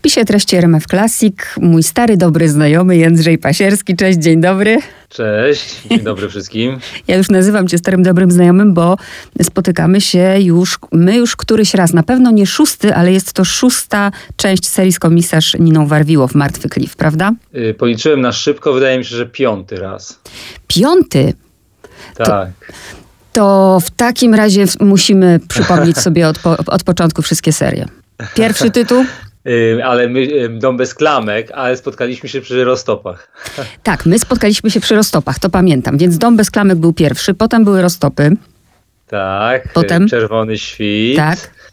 wpisie treści RMF Classic mój stary, dobry znajomy Jędrzej Pasierski. Cześć, dzień dobry. Cześć, dzień dobry wszystkim. Ja już nazywam cię starym, dobrym znajomym, bo spotykamy się już któryś raz. Na pewno nie 6, ale jest to 6. część serii z komisarz Niną Warwiłow, Martwy Klif, prawda? Policzyłem na szybko, wydaje mi się, że 5. raz. 5? Tak. To w takim razie musimy przypomnieć sobie od początku wszystkie serie. Pierwszy tytuł? Ale my, Dom bez klamek, ale spotkaliśmy się przy Roztopach. Tak, my spotkaliśmy się przy Roztopach, to pamiętam. Więc Dom bez klamek był pierwszy, potem były Roztopy. Tak, potem Czerwony świt. Tak.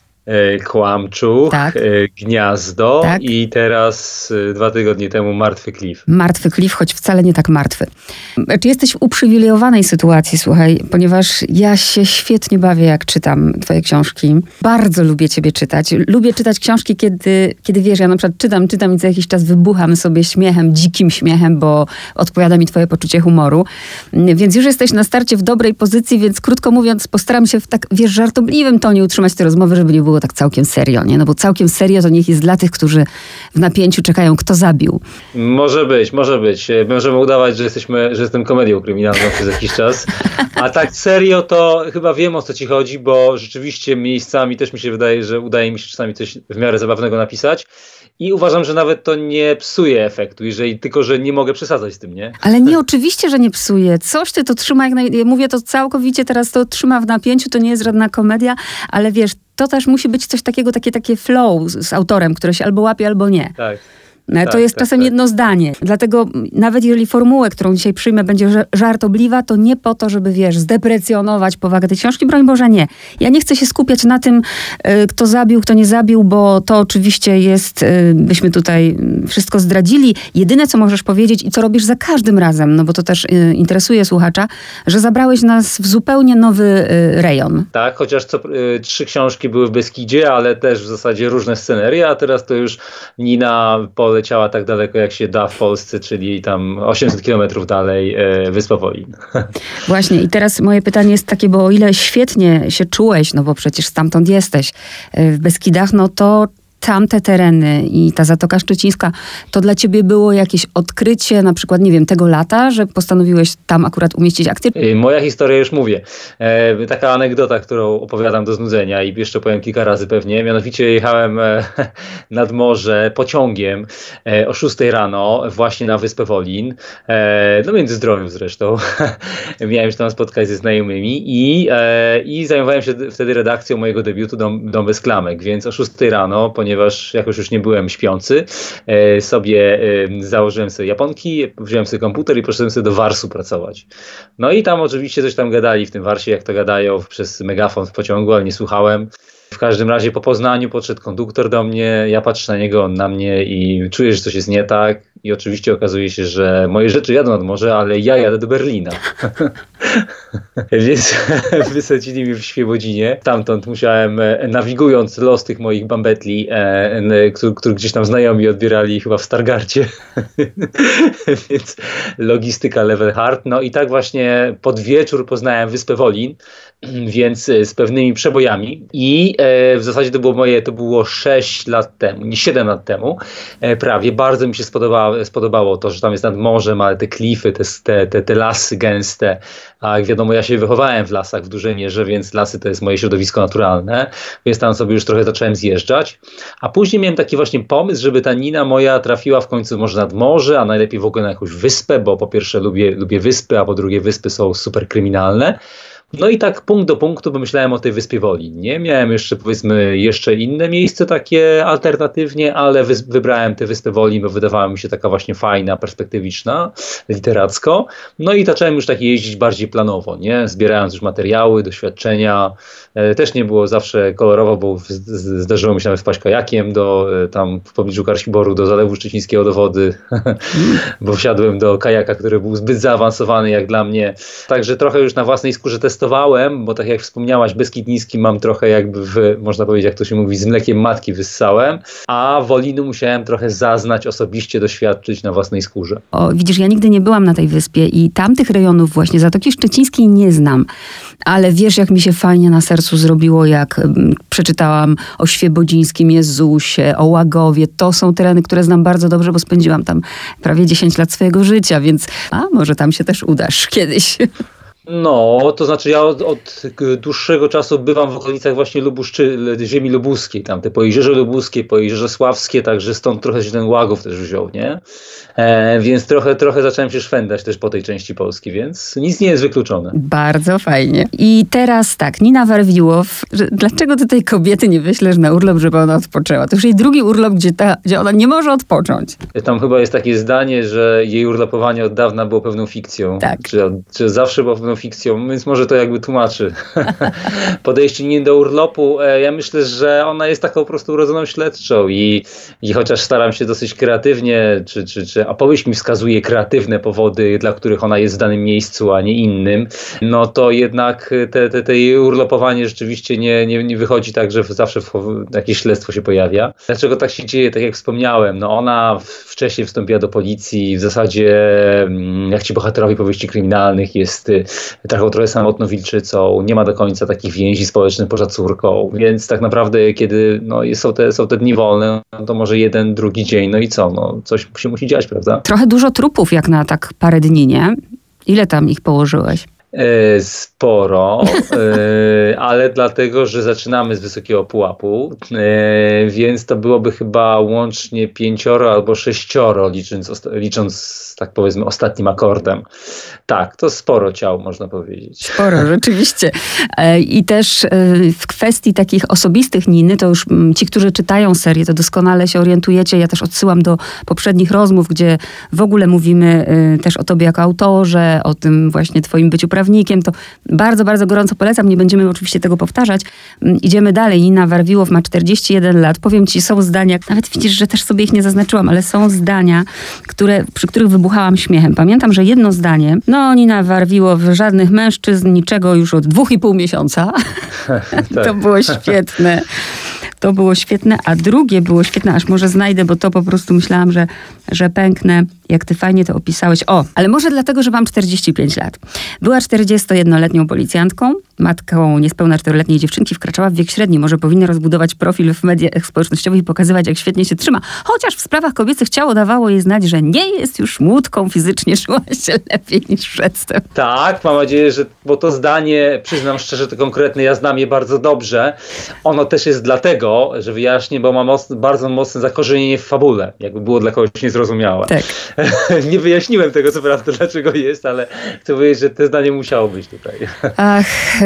Kłamczuch, tak. Gniazdo tak. I teraz 2 tygodnie temu Martwy Klif. Martwy Klif, choć wcale nie tak martwy. Czy jesteś w uprzywilejowanej sytuacji, słuchaj, ponieważ ja się świetnie bawię, jak czytam twoje książki. Bardzo lubię ciebie czytać. Lubię czytać książki, kiedy wiesz, ja na przykład czytam i co jakiś czas wybucham sobie śmiechem, dzikim śmiechem, bo odpowiada mi twoje poczucie humoru. Więc już jesteś na starcie w dobrej pozycji, więc krótko mówiąc, postaram się w tak, wiesz, żartobliwym tonie utrzymać tę rozmowę, żeby nie było tak całkiem serio, nie? No bo całkiem serio to niech jest dla tych, którzy w napięciu czekają, kto zabił. Może być. Możemy udawać, że jestem komedią kryminalną przez jakiś czas. A tak serio to chyba wiem, o co ci chodzi, bo rzeczywiście miejscami też mi się wydaje, że udaje mi się czasami coś w miarę zabawnego napisać. I uważam, że nawet to nie psuje efektu, tylko że nie mogę przesadzać z tym, nie? Ale nie, oczywiście, że nie psuje. Coś ty to trzyma, ja mówię to całkowicie teraz, to trzyma w napięciu, to nie jest żadna komedia, ale wiesz, to też musi być coś takiego, takie flow z autorem, które się albo łapie, albo nie. Tak. To jest czasem jedno zdanie. Dlatego nawet jeżeli formułę, którą dzisiaj przyjmę, będzie żartobliwa, to nie po to, żeby, wiesz, zdeprecjonować powagę tej książki. Broń Boże, nie. Ja nie chcę się skupiać na tym, kto zabił, kto nie zabił, bo to oczywiście jest, byśmy tutaj wszystko zdradzili. Jedyne, co możesz powiedzieć i co robisz za każdym razem, no bo to też interesuje słuchacza, że zabrałeś nas w zupełnie nowy rejon. Tak, chociaż 3 książki były w Beskidzie, ale też w zasadzie różne sceneria, a teraz to już Nina poleciała tak daleko, jak się da w Polsce, czyli tam 800 kilometrów dalej Wyspa Wolin. Właśnie i teraz moje pytanie jest takie, bo o ile świetnie się czułeś, no bo przecież stamtąd jesteś, w Beskidach, no to tamte tereny i ta Zatoka Szczecińska, to dla ciebie było jakieś odkrycie, na przykład, nie wiem, tego lata, że postanowiłeś tam akurat umieścić akcję? Moja historia, już mówię. Taka anegdota, którą opowiadam do znudzenia i jeszcze powiem kilka razy pewnie. Mianowicie jechałem nad morze pociągiem o 6 rano właśnie na Wyspę Wolin. No Międzyzdroju zresztą. Miałem się tam spotkać ze znajomymi i zajmowałem się wtedy redakcją mojego debiutu Dom bez klamek, więc o 6 rano, ponieważ jakoś już nie byłem śpiący, sobie założyłem sobie japonki, wziąłem sobie komputer i poszedłem sobie do Warsu pracować. No i tam oczywiście coś tam gadali w tym Warsie, jak to gadają przez megafon w pociągu, ale nie słuchałem. W każdym razie po Poznaniu podszedł konduktor do mnie, ja patrzę na niego, on na mnie i czuję, że coś jest nie tak. I oczywiście okazuje się, że moje rzeczy jadą nad morze, ale ja jadę do Berlina. Więc wysadzili mnie w Świebodzinie. Stamtąd musiałem, nawigując los tych moich bambetli, których gdzieś tam znajomi odbierali chyba w Stargardzie. Więc logistyka level hard. No i tak właśnie pod wieczór poznałem Wyspę Wolin, więc z pewnymi przebojami. I w zasadzie to było 6 lat temu, nie 7 lat temu prawie. Bardzo mi się spodobało to, że tam jest nad morzem, ale te klify, te lasy gęste. A jak wiadomo, ja się wychowałem w lasach w dużej mierze, więc lasy to jest moje środowisko naturalne, więc tam sobie już trochę zacząłem zjeżdżać. A później miałem taki właśnie pomysł, żeby ta Nina moja trafiła w końcu może nad morze, a najlepiej w ogóle na jakąś wyspę, bo po pierwsze lubię wyspy, a po drugie wyspy są super kryminalne. No i tak punkt do punktu pomyślałem o tej Wyspie Wolin, nie? Miałem jeszcze inne miejsce takie alternatywnie, ale wybrałem tę Wyspę Wolin, bo wydawała mi się taka właśnie fajna, perspektywiczna, literacko. No i zacząłem już tak jeździć bardziej planowo, nie? Zbierając już materiały, doświadczenia. Też nie było zawsze kolorowo, bo zdarzyło mi się nawet wpaść kajakiem tam w pobliżu Karsiboru do Zalewu Szczecińskiego do wody, bo wsiadłem do kajaka, który był zbyt zaawansowany jak dla mnie. Także trochę już na własnej skórze testowałem przetestowałem, bo tak jak wspomniałaś, Beskid Niski mam trochę jakby można powiedzieć, jak to się mówi, z mlekiem matki wyssałem, a Wolinu musiałem trochę zaznać osobiście, doświadczyć na własnej skórze. O, widzisz, ja nigdy nie byłam na tej wyspie i tamtych rejonów właśnie, Zatoki Szczecińskiej nie znam, ale wiesz, jak mi się fajnie na sercu zrobiło, jak przeczytałam o Świebodzińskim, Jezusie, o Łagowie. To są tereny, które znam bardzo dobrze, bo spędziłam tam prawie 10 lat swojego życia, więc może tam się też udasz kiedyś. No, to znaczy ja od dłuższego czasu bywam w okolicach właśnie ziemi lubuskiej, tam te Pojezierze Lubuskie, Pojezierze Sławskie, także stąd trochę się ten Łagów też wziął, nie? Więc trochę zacząłem się szwendać też po tej części Polski, więc nic nie jest wykluczone. Bardzo fajnie. I teraz tak, Nina Warwiłow, dlaczego ty tej kobiety nie wyślesz na urlop, żeby ona odpoczęła? To już jej drugi urlop, gdzie ona nie może odpocząć. Tam chyba jest takie zdanie, że jej urlopowanie od dawna było pewną fikcją. Tak. Czy zawsze było pewną fikcją, więc może to jakby tłumaczy podejście Niny do urlopu. Ja myślę, że ona jest taką po prostu urodzoną śledczą i chociaż staram się dosyć kreatywnie, czy opowieść mi wskazuje kreatywne powody, dla których ona jest w danym miejscu, a nie innym, no to jednak te jej urlopowanie rzeczywiście nie wychodzi tak, że zawsze jakieś śledztwo się pojawia. Dlaczego tak się dzieje? Tak jak wspomniałem, no ona wcześniej wstąpiła do policji, w zasadzie jak ci bohaterowie powieści kryminalnych jest trochę samotną wilczycą, nie ma do końca takich więzi społecznych poza córką, więc tak naprawdę kiedy są te dni wolne, no to może jeden, drugi dzień, no i co? No, coś się musi dziać, prawda? Trochę dużo trupów jak na tak parę dni, nie? Ile tam ich położyłeś? Sporo, ale dlatego, że zaczynamy z wysokiego pułapu, więc to byłoby chyba łącznie 5 albo 6, licząc tak powiedzmy ostatnim akordem. Tak, to sporo ciał, można powiedzieć. Sporo, rzeczywiście. I też w kwestii takich osobistych Niny, to już ci, którzy czytają serię, to doskonale się orientujecie. Ja też odsyłam do poprzednich rozmów, gdzie w ogóle mówimy też o tobie jako autorze, o tym właśnie twoim byciu prawnikiem. To bardzo, bardzo gorąco polecam. Nie będziemy oczywiście tego powtarzać. Idziemy dalej. Nina Warwiłow ma 41 lat. Powiem ci, są zdania, nawet widzisz, że też sobie ich nie zaznaczyłam, ale są zdania, przy których wybuchałam śmiechem. Pamiętam, że jedno zdanie, Nina Warwiłow, żadnych mężczyzn, niczego już od 2,5 miesiąca. Tak. To było świetne. To było świetne, a drugie było świetne, aż może znajdę, bo to po prostu myślałam, że pęknę, jak ty fajnie to opisałeś. Ale może dlatego, że mam 45 lat. Była 41-letnią policjantką, matką niespełna 4-letniej dziewczynki, wkraczała w wiek średni. Może powinna rozbudować profil w mediach społecznościowych i pokazywać, jak świetnie się trzyma. Chociaż w sprawach kobiecych ciało dawało jej znać, że nie jest już młódką, fizycznie czuła się lepiej niż przedtem. Tak, mam nadzieję, bo to zdanie, przyznam szczerze, to konkretne, ja znam je bardzo dobrze. Ono też jest dlatego, że wyjaśnię, bo ma bardzo mocne zakorzenienie w fabule. Jakby było dla kogoś niezrozumiałe. Tak. Nie wyjaśniłem tego, co prawda, dlaczego jest, ale chcę powiedzieć, że to zdanie musiało być tutaj. Ach,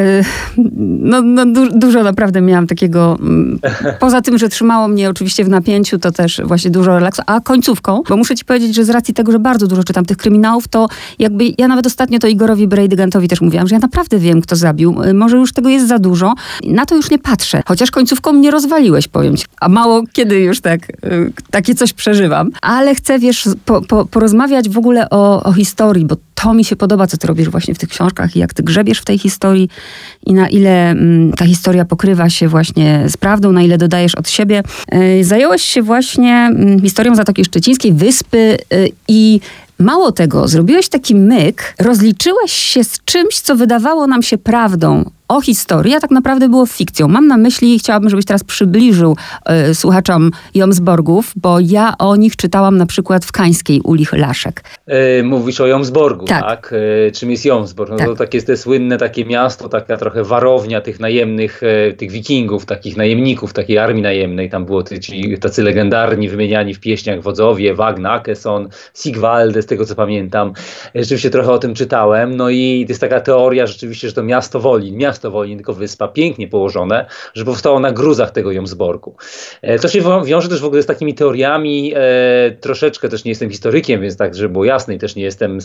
dużo naprawdę miałam takiego. Poza tym, że trzymało mnie oczywiście w napięciu, to też właśnie dużo relaksu. A końcówką, bo muszę ci powiedzieć, że z racji tego, że bardzo dużo czytam tych kryminałów, to jakby ja nawet ostatnio to Igorowi Brejdygantowi też mówiłam, że ja naprawdę wiem, kto zabił. Może już tego jest za dużo. Na to już nie patrzę. Chociaż końcówką mnie rozwaliłeś, powiem ci. A mało kiedy już takie coś przeżywam. Ale chcę, wiesz, porozmawiać w ogóle o historii, bo to mi się podoba, co ty robisz właśnie w tych książkach i jak ty grzebiesz w tej historii i na ile ta historia pokrywa się właśnie z prawdą, na ile dodajesz od siebie. Zająłeś się właśnie historią Zatoki Szczecińskiej, wyspy i mało tego, zrobiłeś taki myk, rozliczyłeś się z czymś, co wydawało nam się prawdą o historii, a tak naprawdę było fikcją. Mam na myśli, chciałabym, żebyś teraz przybliżył słuchaczom Jomsborgów, bo ja o nich czytałam na przykład w Kańskiej u Laszek. Mówisz o Jomsborgu, tak? Czym jest Jomsborg? No tak. To takie jest te słynne takie miasto, taka trochę warownia tych najemnych, tych wikingów, takich najemników, takiej armii najemnej. Tam było tacy legendarni, wymieniani w pieśniach wodzowie, Wagner, Akeson, Sigvalde, z tego co pamiętam. Rzeczywiście trochę o tym czytałem. No i to jest taka teoria rzeczywiście, że to miasto Wolin, tylko wyspa, pięknie położone, że powstało na gruzach tego Jomsborgu. To się wiąże też w ogóle z takimi teoriami, troszeczkę też nie jestem historykiem, więc tak, żeby było jasne, i też nie jestem specem od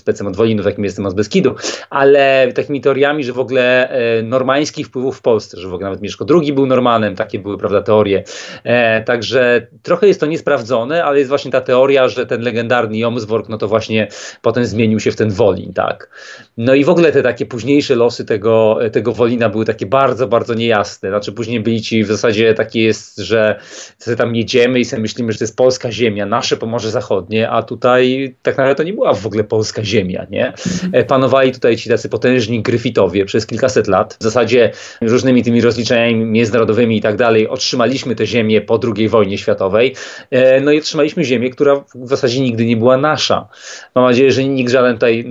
Wolinu, takim jestem z Beskidu, ale takimi teoriami, że w ogóle normańskich wpływów w Polsce, że w ogóle nawet Mieszko II był Normanem, takie były, prawda, teorie. Także trochę jest to niesprawdzone, ale jest właśnie ta teoria, że ten legendarny Jomsborg, no to właśnie potem zmienił się w ten Wolin, tak. No i w ogóle te takie późniejsze losy tego Wolina były takie bardzo, bardzo niejasne. Znaczy później byli ci w zasadzie takie jest, że sobie tam jedziemy i sobie myślimy, że to jest polska ziemia, nasze Pomorze Zachodnie, a tutaj tak naprawdę to nie była w ogóle polska ziemia, nie? Panowali tutaj ci tacy potężni Gryfitowie przez kilkaset lat. W zasadzie różnymi tymi rozliczeniami międzynarodowymi i tak dalej otrzymaliśmy tę ziemię po II wojnie światowej. No i otrzymaliśmy ziemię, która w zasadzie nigdy nie była nasza. Mam nadzieję, że nikt żaden tutaj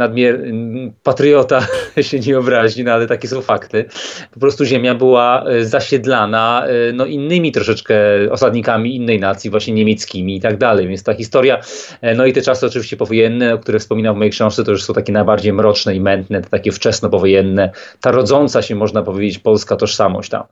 patriota się nie obrazi, no ale takie są fakty. Po prostu ziemia była zasiedlana no innymi troszeczkę osadnikami innej nacji, właśnie niemieckimi i tak dalej. Więc ta historia, no i te czasy oczywiście powojenne, o których wspominam w mojej książce, to już są takie najbardziej mroczne i mętne, te takie wczesno powojenne, ta rodząca się, można powiedzieć, polska tożsamość tam.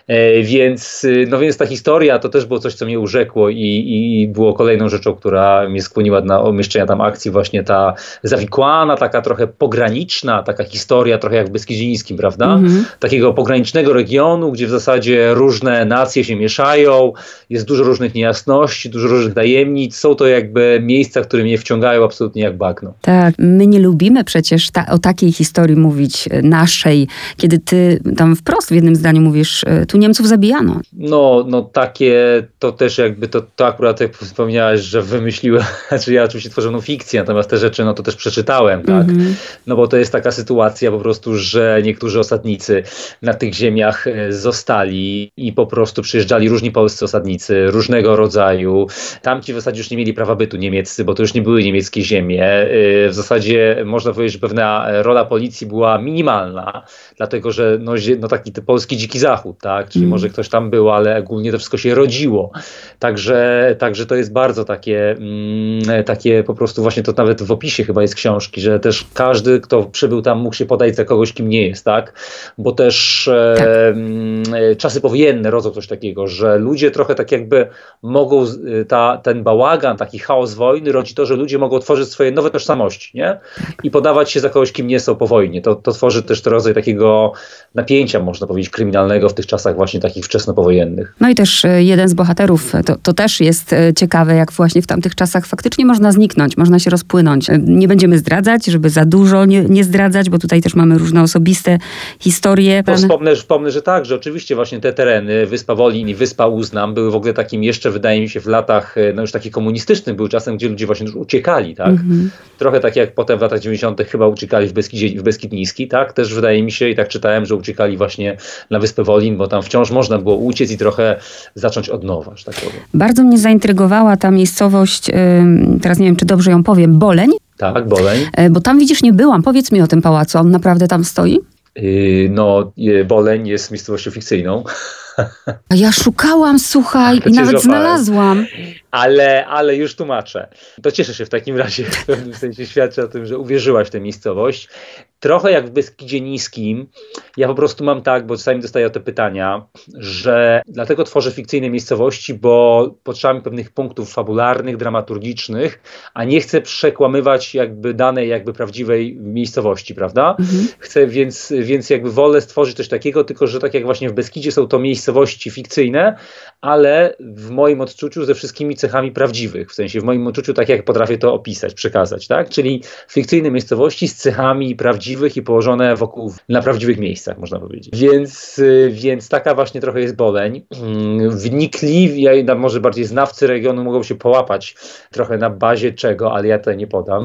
Więc ta historia to też było coś, co mnie urzekło i było kolejną rzeczą, która mnie skłoniła na umieszczenia tam akcji, właśnie ta zawikłana, taka trochę pograniczna, taka historia, trochę jak w Beskidzińskim, prawda? Takiego pogranicznego regionu, gdzie w zasadzie różne nacje się mieszają, jest dużo różnych niejasności, dużo różnych tajemnic. Są to jakby miejsca, które mnie wciągają absolutnie jak bagno. Tak, my nie lubimy przecież o takiej historii mówić naszej, kiedy ty tam wprost w jednym zdaniu mówisz, tu Niemców zabijano. No takie, to też jakby to akurat jak wspomniałaś, że wymyśliłem, znaczy ja oczywiście tworzę fikcję, natomiast te rzeczy, no to też przeczytałem, tak? No bo to jest taka sytuacja po prostu, że niektórzy osadnicy na tych ziemiach zostali i po prostu przyjeżdżali różni polscy osadnicy, różnego rodzaju. Tamci w zasadzie już nie mieli prawa bytu niemieccy, bo to już nie były niemieckie ziemie. W zasadzie można powiedzieć, że pewna rola policji była minimalna, dlatego że taki polski dziki zachód, tak? Czyli może ktoś tam był, ale ogólnie to wszystko się rodziło. Także to jest bardzo takie po prostu właśnie to nawet w opisie chyba jest książki, że też każdy, kto przybył tam, mógł się podać za kogoś, kim nie jest, tak? Bo też czasy powojenne rodzą coś takiego, że ludzie trochę tak jakby mogą, ten bałagan, taki chaos wojny rodzi to, że ludzie mogą tworzyć swoje nowe tożsamości, nie? I podawać się za kogoś, kim nie są po wojnie. To tworzy też to rodzaj takiego napięcia, można powiedzieć, kryminalnego w tych czasach właśnie takich wczesnopowojennych. No i też jeden z bohaterów, to też jest ciekawe, jak właśnie w tamtych czasach faktycznie można zniknąć, można się rozpłynąć. Nie będziemy zdradzać, żeby za dużo nie zdradzać, bo tutaj też mamy różne osobiste historie. Wspomnę, że tak, że oczywiście właśnie te tereny, Wyspa Wolin i Wyspa Uznam były w ogóle takim jeszcze, wydaje mi się, w latach, no już taki komunistycznym był czasem, gdzie ludzie właśnie już uciekali, tak? Trochę tak jak potem w latach 90. chyba uciekali w Beskid Niski, tak? Też wydaje mi się i tak czytałem, że uciekali właśnie na Wyspę Wolin, bo tam wciąż można było uciec i trochę zacząć od nowa, że tak powiem. Bardzo mnie zaintrygowała ta miejscowość, teraz nie wiem, czy dobrze ją powiem, Boleń. Tak, Boleń. Bo tam widzisz, nie byłam. Powiedz mi o tym pałacu, on naprawdę tam stoi? Boleń jest miejscowością fikcyjną. A ja szukałam, słuchaj, i nawet znalazłam. Ale już tłumaczę. To cieszę się w takim razie, w pewnym sensie świadczy o tym, że uwierzyłaś w tę miejscowość. Trochę jak w Beskidzie Niskim. Ja po prostu mam tak, bo czasami dostaję o te pytania, że dlatego tworzę fikcyjne miejscowości, bo potrzebam pewnych punktów fabularnych, dramaturgicznych, a nie chcę przekłamywać jakby danej jakby prawdziwej miejscowości, prawda? Chcę, więc jakby wolę stworzyć coś takiego, tylko że tak jak właśnie w Beskidzie są to miejscowości fikcyjne, ale w moim odczuciu ze wszystkimi cechami prawdziwych. W sensie w moim odczuciu tak jak potrafię to opisać, przekazać, tak? Czyli fikcyjne miejscowości z cechami prawdziwych i położone na prawdziwych miejscach, można powiedzieć. Więc taka właśnie trochę jest Boleń. Wnikliwi, może bardziej znawcy regionu mogą się połapać trochę na bazie czego, ale ja tutaj nie podam.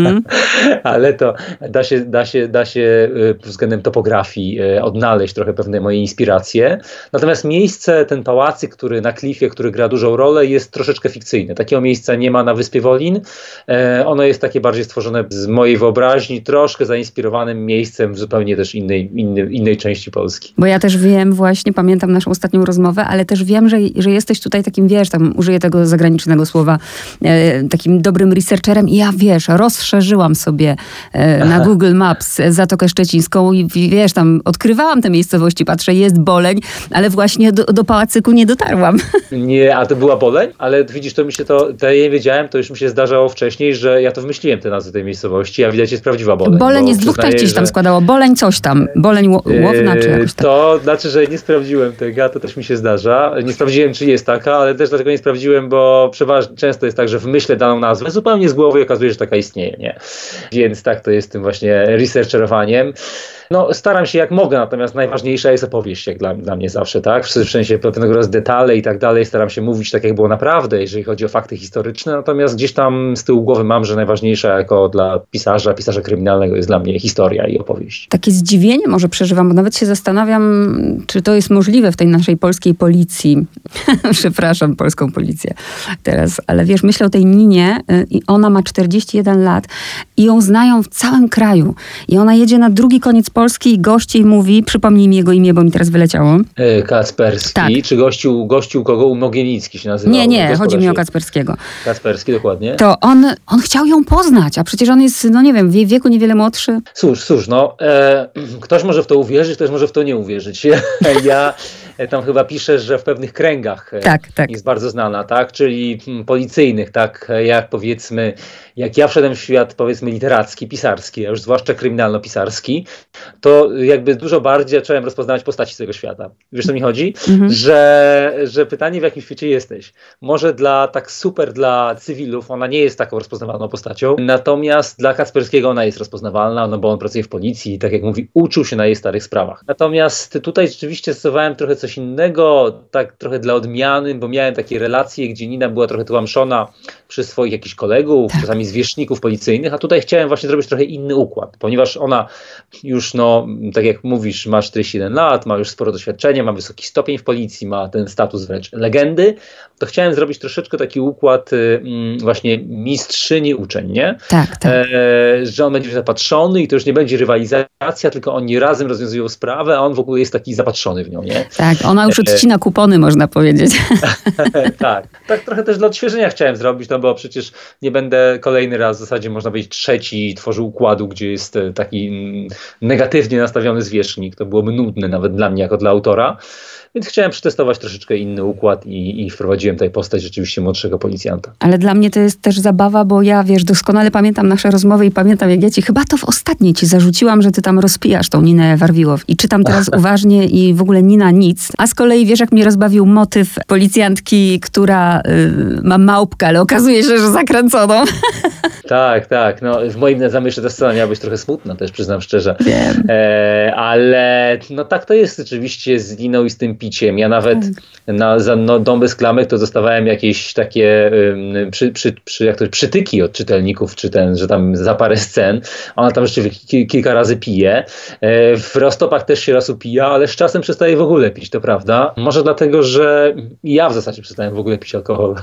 Ale to da się pod względem topografii odnaleźć trochę pewne moje inspiracje. Natomiast miejsce, ten pałacyk, który na klifie, który gra dużą rolę, jest troszeczkę fikcyjny. Takiego miejsca nie ma na Wyspie Wolin. Ono jest takie bardziej stworzone z mojej wyobraźni, troszkę zainspirowane miejscem w zupełnie też innej części Polski. Bo ja też wiem właśnie, pamiętam naszą ostatnią rozmowę, ale też wiem, że jesteś tutaj takim, wiesz, tam użyję tego zagranicznego słowa, takim dobrym researcherem i ja, wiesz, rozszerzyłam sobie na Google Maps Zatokę Szczecińską i wiesz, tam odkrywałam te miejscowości, patrzę, jest Boleń, ale właśnie do pałacyku nie dotarłam. Nie, a to była Boleń? Ale widzisz, to ja nie wiedziałem, to już mi się zdarzało wcześniej, że ja to wymyśliłem te nazwy tej miejscowości, a widać jest prawdziwa Boleń. Boleń jest dwóch części się tam składało. Boleń coś tam. Boleń Łowna czy jakoś tak. To znaczy, że nie sprawdziłem tego, to też mi się zdarza. Nie sprawdziłem, czy jest taka, ale też dlatego nie sprawdziłem, bo przeważnie często jest tak, że wymyślę daną nazwę zupełnie z głowy i okazuje się, że taka istnieje, nie? Więc tak to jest tym właśnie researcherowaniem. No, staram się jak mogę, natomiast najważniejsza jest opowieść, jak dla mnie zawsze, tak? W sensie pewnego rodzaju detale i tak dalej, staram się mówić tak, jak było naprawdę, jeżeli chodzi o fakty historyczne, natomiast gdzieś tam z tyłu głowy mam, że najważniejsza jako dla pisarza kryminalnego jest dla mnie historia i opowieść. Takie zdziwienie może przeżywam, bo nawet się zastanawiam, czy to jest możliwe w tej naszej polskiej policji. Przepraszam, polską policję teraz, ale wiesz, myślę o tej Ninie i ona ma 41 lat i ją znają w całym kraju. I ona jedzie na drugi koniec Polski i gości i mówi, przypomnij mi jego imię, bo mi teraz wyleciało. Kacperski, tak. Czy gościu kogo Mogienicki się nazywał? Nie, chodzi mi o Kacperskiego. Kacperski, dokładnie. To on chciał ją poznać, a przecież on jest, no nie wiem, w jej wieku niewiele młodszy. Cóż, ktoś może w to uwierzyć, ktoś może w to nie uwierzyć. Ja tam chyba piszę, że w pewnych kręgach tak. jest bardzo znana, tak? Czyli policyjnych, tak? Jak ja wszedłem w świat, powiedzmy, literacki, pisarski, a już zwłaszcza kryminalno-pisarski, to jakby dużo bardziej zacząłem rozpoznawać postaci z tego świata. Wiesz, co mi chodzi? Że pytanie, w jakim świecie jesteś. Może tak super dla cywilów ona nie jest taką rozpoznawalną postacią, natomiast dla Kacperskiego ona jest rozpoznawalna, no bo on pracuje w policji i tak jak mówi, uczył się na jej starych sprawach. Natomiast tutaj rzeczywiście stosowałem trochę coś innego, tak trochę dla odmiany, bo miałem takie relacje, gdzie Nina była trochę tłamszona przez swoich jakichś kolegów, czasami zwierzchników policyjnych, a tutaj chciałem właśnie zrobić trochę inny układ, ponieważ ona już, tak jak mówisz, ma 41 lat, ma już sporo doświadczenia, ma wysoki stopień w policji, ma ten status wręcz legendy, to chciałem zrobić troszeczkę taki układ właśnie mistrzyni uczeń, nie? Tak. Że on będzie zapatrzony i to już nie będzie rywalizacja, tylko oni razem rozwiązują sprawę, a on w ogóle jest taki zapatrzony w nią, nie? Tak, ona już odcina kupony, można powiedzieć. Tak trochę też dla odświeżenia chciałem zrobić, no bo przecież nie będę kolejny raz, w zasadzie można powiedzieć trzeci, tworzył układu, gdzie jest taki negatywnie nastawiony zwierzchnik. To byłoby nudne nawet dla mnie jako dla autora. Więc chciałem przetestować troszeczkę inny układ i wprowadziłem tutaj postać rzeczywiście młodszego policjanta. Ale dla mnie to jest też zabawa, bo ja, wiesz, doskonale pamiętam nasze rozmowy i pamiętam, jak ja ci chyba to w ostatniej ci zarzuciłam, że ty tam rozpijasz tą Ninę Warwiłow i czytam teraz uważnie i w ogóle Nina nic. A z kolei, wiesz, jak mnie rozbawił motyw policjantki, która ma małpkę, ale okazuje się, że zakręconą. Tak. No, w moim zamyśle ta scena miała być trochę smutna, też przyznam szczerze. Wiem. Ale no tak to jest rzeczywiście z Niną i z tym piciem. Ja nawet za Dom bez klamek to dostawałem jakieś takie przytyki od czytelników, że tam za parę scen. Ona tam rzeczywiście kilka razy pije. W Roztopach też się raz upija, ale z czasem przestaje w ogóle pić, to prawda. Może dlatego, że ja w zasadzie przestałem w ogóle pić alkohol.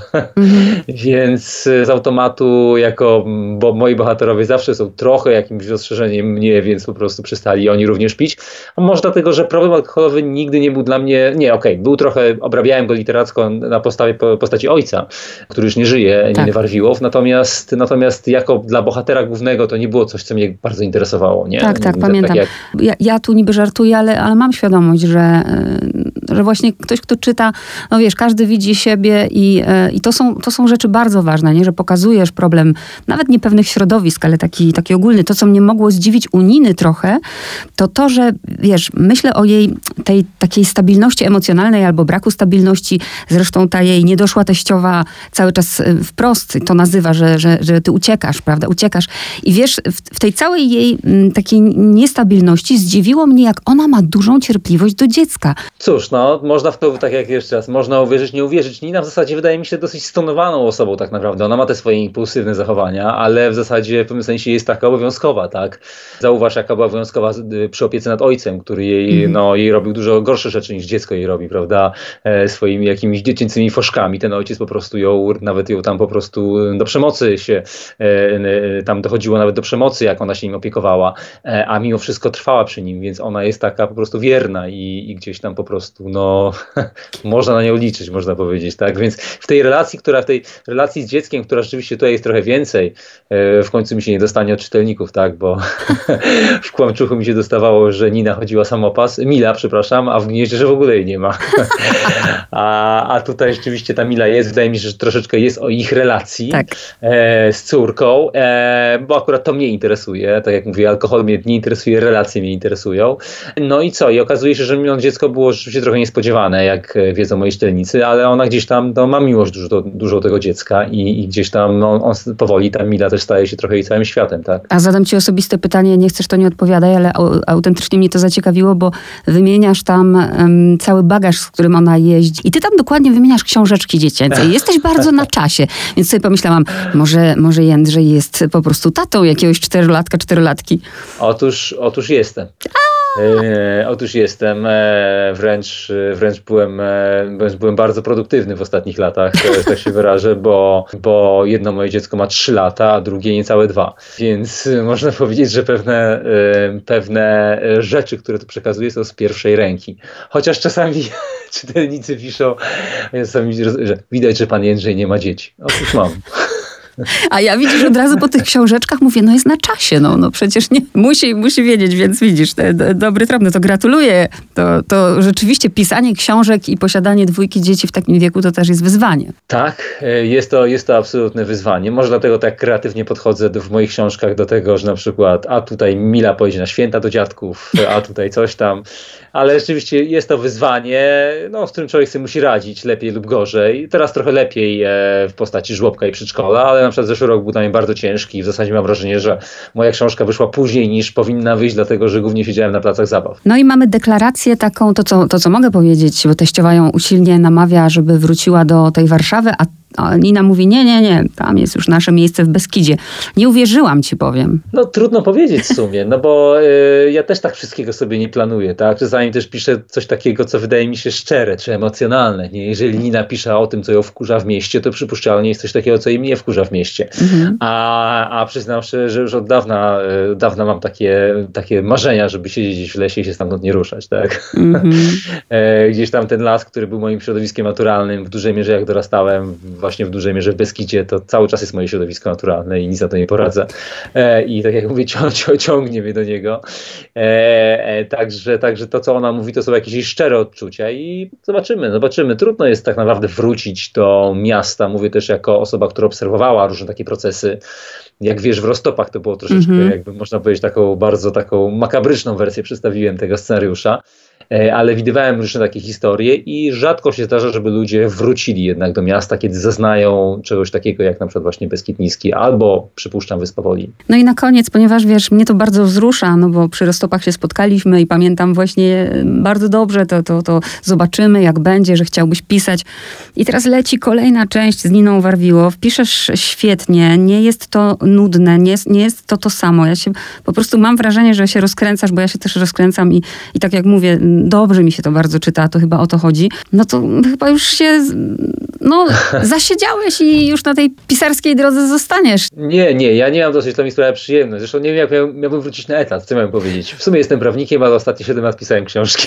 Więc z automatu bo moi bohaterowie zawsze są trochę jakimś rozszerzeniem mnie, więc po prostu przestali oni również pić. A może dlatego, że problem alkoholowy nigdy nie był dla mnie, był trochę, obrabiałem go literacko na postaci ojca, który już nie żyje, Niny Warwiłow, natomiast jako dla bohatera głównego to nie było coś, co mnie bardzo interesowało. Nie? Tak, pamiętam. Ja tu niby żartuję, ale mam świadomość, że właśnie ktoś, kto czyta, no wiesz, każdy widzi siebie i to są rzeczy bardzo ważne, nie? Że pokazujesz problem nawet niepewnych środowisk, ale taki ogólny. To, co mnie mogło zdziwić u Niny trochę, to, że wiesz, myślę o jej tej takiej stabilności emocjonalnej albo braku stabilności. Zresztą ta jej niedoszła teściowa cały czas wprost to nazywa, że ty uciekasz, prawda? Uciekasz. I wiesz, w tej całej jej takiej niestabilności zdziwiło mnie, jak ona ma dużą cierpliwość do dziecka. Cóż, można w to, tak jak jeszcze raz, można uwierzyć, nie uwierzyć. Nina w zasadzie wydaje mi się dosyć stonowaną osobą tak naprawdę. Ona ma te swoje impulsywne zachowania, ale w zasadzie w pewnym sensie jest taka obowiązkowa, tak? Zauważ, jaka była obowiązkowa przy opiece nad ojcem, który jej robił dużo gorsze rzeczy niż dziecko jej robi, prawda? Swoimi jakimiś dziecięcymi foszkami. Ten ojciec po prostu nawet ją tam po prostu do przemocy tam dochodziło nawet do przemocy, jak ona się nim opiekowała, a mimo wszystko trwała przy nim, więc ona jest taka po prostu wierna i gdzieś tam po prostu, można na nią liczyć, można powiedzieć, tak? Więc w tej relacji z dzieckiem, która rzeczywiście tutaj jest trochę więcej, w końcu mi się nie dostanie od czytelników, tak, bo w Kłamczuchu mi się dostawało, że Nina chodziła samopas, Mila, przepraszam, a w Gnieździe, że w ogóle jej nie ma. A tutaj rzeczywiście ta Mila jest, wydaje mi się, że troszeczkę jest o ich relacji z córką, bo akurat to mnie interesuje, tak jak mówię, alkohol mnie nie interesuje, relacje mnie interesują. No i co? I okazuje się, że dziecko było rzeczywiście trochę niespodziewane, jak wiedzą moi czytelnicy, ale ona gdzieś tam ma miłość dużo tego dziecka i gdzieś tam on powoli, ta Mila też staje się trochę jej całym światem, tak? A zadam ci osobiste pytanie, nie chcesz, to nie odpowiadaj, ale autentycznie mnie to zaciekawiło, bo wymieniasz tam cały bagaż, z którym ona jeździ i ty tam dokładnie wymieniasz książeczki dziecięce i jesteś bardzo na czasie. Więc sobie pomyślałam, może Jędrzej jest po prostu tatą jakiegoś 4-latki. Otóż jestem. Otóż jestem, wręcz byłem bardzo produktywny w ostatnich latach, tak się wyrażę, bo jedno moje dziecko ma 3 lata, a drugie niecałe 2. Więc można powiedzieć, że pewne rzeczy, które tu przekazuję, są z pierwszej ręki. Chociaż czasami czytelnicy piszą, że widać, że pan Jędrzej nie ma dzieci. Otóż mam. A ja widzisz, od razu po tych książeczkach mówię, jest na czasie, no przecież nie, musi wiedzieć, więc widzisz, dobry trop, to gratuluję. To rzeczywiście pisanie książek i posiadanie 2 dzieci w takim wieku to też jest wyzwanie. Tak, jest to absolutne wyzwanie. Może dlatego tak kreatywnie podchodzę w moich książkach do tego, że na przykład, a tutaj Mila pojedzie na święta do dziadków, a tutaj coś tam. Ale rzeczywiście jest to wyzwanie, z którym człowiek sobie musi radzić, lepiej lub gorzej. Teraz trochę lepiej w postaci żłobka i przedszkola, ale na przykład zeszły rok był dla mnie bardzo ciężki i w zasadzie mam wrażenie, że moja książka wyszła później niż powinna wyjść, dlatego że głównie siedziałem na placach zabaw. No i mamy deklarację taką, to co mogę powiedzieć, bo teściowa ją usilnie namawia, żeby wróciła do tej Warszawy, a Nina mówi, nie, tam jest już nasze miejsce w Beskidzie. Nie uwierzyłam ci, powiem. Trudno powiedzieć w sumie, bo ja też tak wszystkiego sobie nie planuję, tak? Czasami też piszę coś takiego, co wydaje mi się szczere czy emocjonalne. Nie? Jeżeli Nina pisze o tym, co ją wkurza w mieście, to przypuszczalnie jest coś takiego, co jej mnie wkurza w mieście. Mhm. A przyznam szczerze, że już od dawna mam takie marzenia, żeby siedzieć gdzieś w lesie i się stamtąd nie ruszać, tak? Mhm. Gdzieś tam ten las, który był moim środowiskiem naturalnym, w dużej mierze jak dorastałem, właśnie w dużej mierze w Beskidzie, to cały czas jest moje środowisko naturalne i nic na to nie poradzę. I tak jak mówię, ciągnie mnie do niego. Także to, co ona mówi, to są jakieś szczere odczucia i zobaczymy. Trudno jest tak naprawdę wrócić do miasta. Mówię też jako osoba, która obserwowała różne takie procesy. Jak wiesz, w Roztopach to było troszeczkę, jakby można powiedzieć, taką makabryczną wersję przedstawiłem tego scenariusza. Ale widywałem różne takie historie i rzadko się zdarza, żeby ludzie wrócili jednak do miasta, kiedy zaznają czegoś takiego jak na przykład właśnie Beskid Niski albo, przypuszczam, Wyspa Woli. No i na koniec, ponieważ wiesz, mnie to bardzo wzrusza, bo przy Roztopach się spotkaliśmy i pamiętam właśnie bardzo dobrze, to zobaczymy jak będzie, że chciałbyś pisać. I teraz leci kolejna część z Niną Warwiłow. Piszesz świetnie, nie jest to nudne, nie jest to samo. Ja się po prostu mam wrażenie, że się rozkręcasz, bo ja się też rozkręcam i tak jak mówię, dobrze mi się to bardzo czyta, to chyba o to chodzi. No to chyba już się zasiedziałeś i już na tej pisarskiej drodze zostaniesz. Nie, ja nie mam dosyć, to mi sprawia przyjemność. Zresztą nie wiem, jak miałbym wrócić na etat, co miałem powiedzieć. W sumie jestem prawnikiem, ale ostatnie 7 lat pisałem książki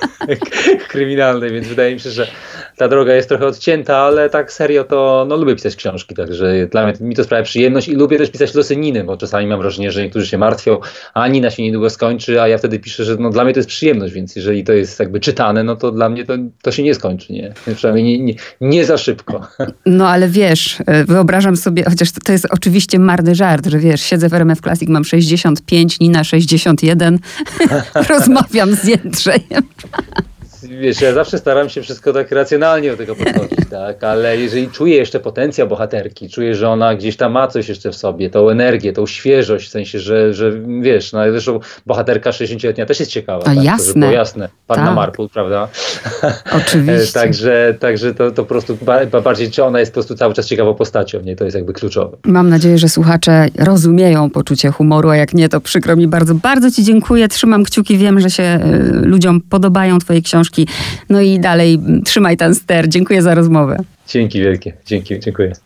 kryminalne, więc wydaje mi się, że ta droga jest trochę odcięta, ale tak serio to lubię pisać książki, także dla mnie mi to sprawia przyjemność i lubię też pisać losy Niny, bo czasami mam wrażenie, że niektórzy się martwią, a Nina się niedługo skończy, a ja wtedy piszę, że dla mnie to jest przyjemność, więc jeżeli to jest jakby czytane, no to dla mnie to się nie skończy, nie? Przynajmniej nie za szybko. No ale wiesz, wyobrażam sobie, chociaż to jest oczywiście marny żart, że wiesz, siedzę w RMF Classic, mam 65, Nina 61, rozmawiam z Jędrzejem. Wiesz, ja zawsze staram się wszystko tak racjonalnie do tego podchodzić, tak, ale jeżeli czuję jeszcze potencjał bohaterki, czuję, że ona gdzieś tam ma coś jeszcze w sobie, tą energię, tą świeżość, w sensie, że wiesz, zresztą bohaterka 60-letnia też jest ciekawa. A tak, jasne. To było jasne. Panna tak. Marple, prawda? Oczywiście. Także to po prostu bardziej, czy ona jest po prostu cały czas ciekawą postacią, nie? To jest jakby kluczowe. Mam nadzieję, że słuchacze rozumieją poczucie humoru, a jak nie, to przykro mi bardzo. Bardzo ci dziękuję, trzymam kciuki, wiem, że się ludziom podobają twoje książki. No i dalej trzymaj ten ster. Dziękuję za rozmowę. Dzięki wielkie. Dziękuję.